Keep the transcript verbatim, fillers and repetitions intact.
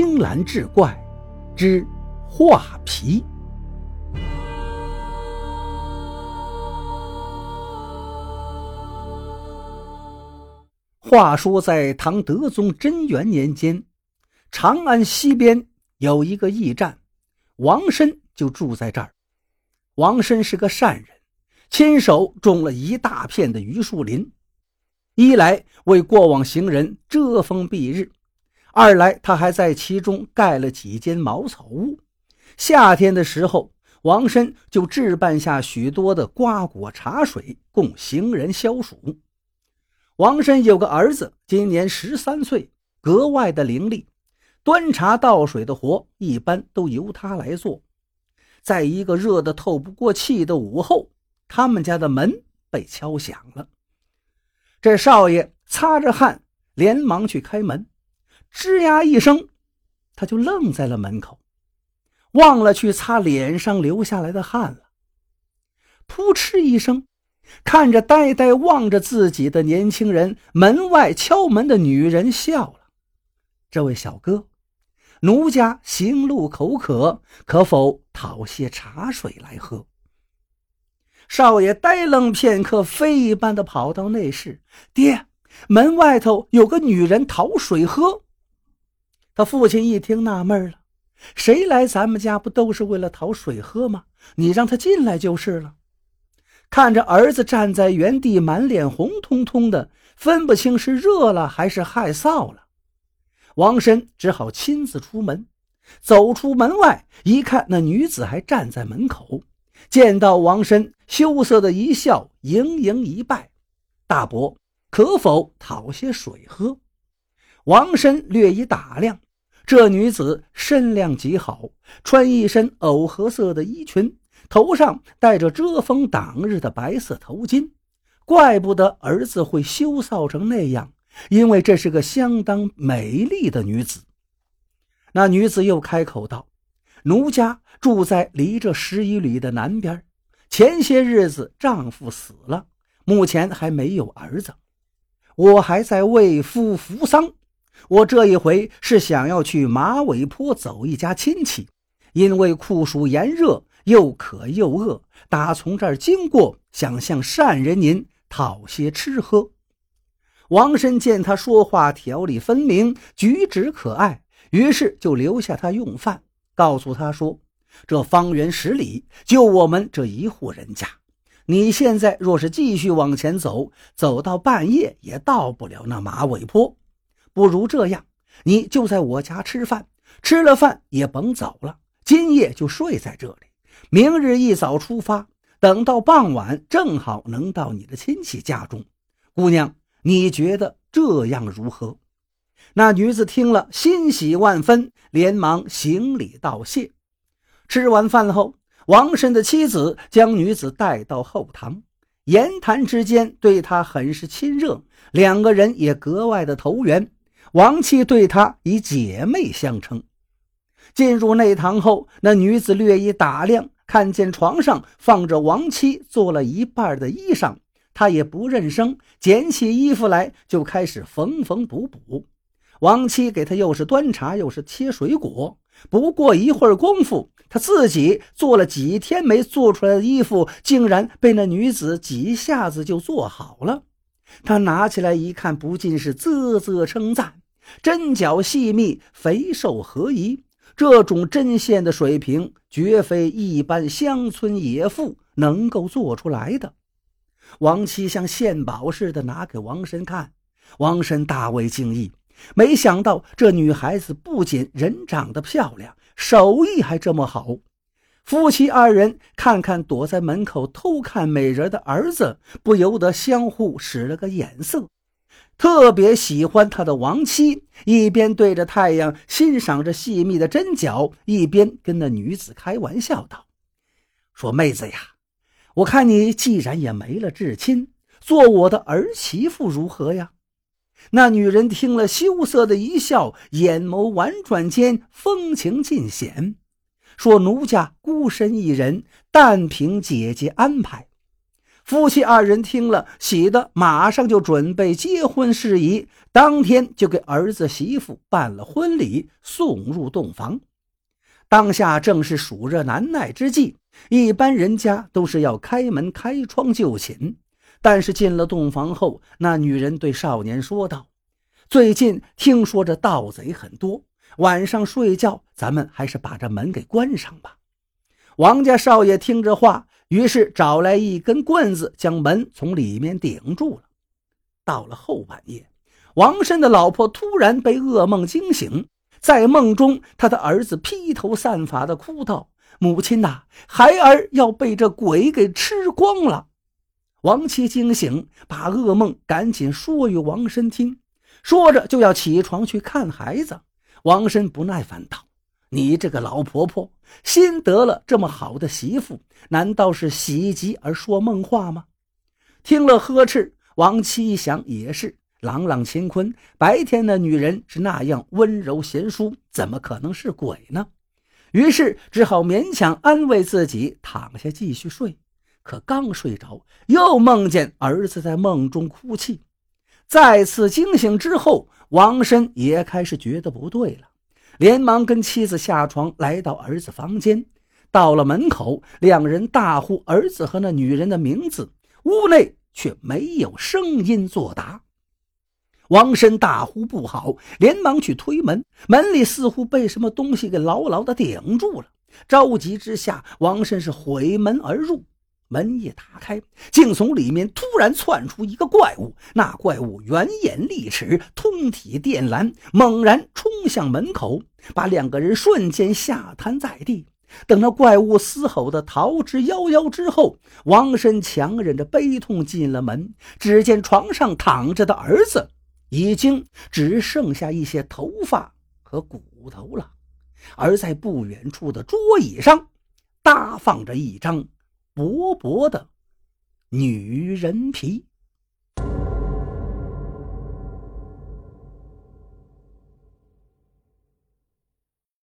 青蓝志怪之画皮。话说在唐德宗贞元年间，长安西边有一个驿站，王申就住在这儿。王申是个善人，亲手种了一大片的榆树林，一来为过往行人遮风避日，二来他还在其中盖了几间茅草屋。夏天的时候，王申就置办下许多的瓜果茶水供行人消暑。王申有个儿子，今年十三岁，格外的伶俐，端茶倒水的活一般都由他来做。在一个热得透不过气的午后，他们家的门被敲响了。这少爷擦着汗连忙去开门，吱呀一声，他就愣在了门口，忘了去擦脸上流下来的汗了。扑哧一声，看着呆呆望着自己的年轻人，门外敲门的女人笑了：“这位小哥，奴家行路口渴，可否讨些茶水来喝？”少爷呆愣片刻，飞一般的跑到内室：“爹，门外头有个女人讨水喝。”他父亲一听纳闷了：“谁来咱们家不都是为了讨水喝吗？你让他进来就是了。”看着儿子站在原地，满脸红彤彤的，分不清是热了还是害臊了。王申只好亲自出门，走出门外一看，那女子还站在门口，见到王申，羞涩的一笑，盈盈一拜：“大伯，可否讨些水喝？”王申略一打量，这女子身量极好，穿一身藕荷色的衣裙，头上戴着遮风挡日的白色头巾，怪不得儿子会羞臊成那样，因为这是个相当美丽的女子。那女子又开口道：“奴家住在离这十一里的南边，前些日子丈夫死了，目前还没有儿子，我还在为夫服丧。我这一回是想要去马尾坡走一家亲戚，因为酷暑炎热，又渴又饿，打从这儿经过，想向善人您讨些吃喝。”王申见他说话条理分明，举止可爱，于是就留下他用饭，告诉他说：“这方圆十里就我们这一户人家，你现在若是继续往前走，走到半夜也到不了那马尾坡，不如这样，你就在我家吃饭，吃了饭也甭走了，今夜就睡在这里，明日一早出发，等到傍晚正好能到你的亲戚家中。姑娘，你觉得这样如何？”那女子听了欣喜万分，连忙行礼道谢。吃完饭后，王申的妻子将女子带到后堂，言谈之间对她很是亲热，两个人也格外的投缘，王妻对她以姐妹相称。进入内堂后，那女子略一打量，看见床上放着王妻做了一半的衣裳，她也不认生，捡起衣服来就开始缝缝补补。王妻给她又是端茶又是切水果，不过一会儿功夫，她自己做了几天没做出来的衣服，竟然被那女子几下子就做好了。她拿起来一看，不禁是啧啧称赞：“针脚细密，肥瘦合宜，这种针线的水平，绝非一般乡村野妇能够做出来的。”王妻像献宝似的拿给王申看，王申大为惊异，没想到这女孩子不仅人长得漂亮，手艺还这么好。夫妻二人看看躲在门口偷看美人的儿子，不由得相互使了个眼色，特别喜欢他的王妻，一边对着太阳欣赏着细密的针脚，一边跟那女子开玩笑道：“说妹子呀，我看你既然也没了至亲，做我的儿媳妇如何呀？”那女人听了，羞涩的一笑，眼眸婉转间风情尽显，说：“奴家孤身一人，但凭姐姐安排。” 夫妻二人听了，喜得马上就准备结婚事宜，当天就给儿子媳妇办了婚礼，送入洞房。当下正是暑热难耐之际，一般人家都是要开门开窗就寝。但是进了洞房后，那女人对少年说道：最近听说这盗贼很多，晚上睡觉咱们还是把这门给关上吧。王家少爷听这话，于是找来一根棍子将门从里面顶住了。到了后半夜，王申的老婆突然被噩梦惊醒，在梦中他的儿子披头散发地哭道：母亲呐，孩儿要被这鬼给吃光了。王妻惊醒，把噩梦赶紧说与王申听，说着就要起床去看孩子。王申不耐烦道：你这个老婆婆，新得了这么好的媳妇，难道是喜极而说梦话吗？听了呵斥，王妻一想也是，朗朗乾坤，白天的女人是那样温柔贤淑，怎么可能是鬼呢？于是只好勉强安慰自己，躺下继续睡。可刚睡着，又梦见儿子在梦中哭泣。再次惊醒之后，王申也开始觉得不对了，连忙跟妻子下床，来到儿子房间。到了门口，两人大呼儿子和那女人的名字，屋内却没有声音作答。王申大呼不好，连忙去推门，门里似乎被什么东西给牢牢地顶住了。着急之下，王申是毁门而入。门一打开，竟从里面突然窜出一个怪物，那怪物圆眼利齿，通体电缆，猛然冲向门口，把两个人瞬间吓瘫在地。等那怪物嘶吼的逃之夭夭之后，王申强忍着悲痛进了门，只见床上躺着的儿子已经只剩下一些头发和骨头了，而在不远处的桌椅上搭放着一张薄薄的女人皮。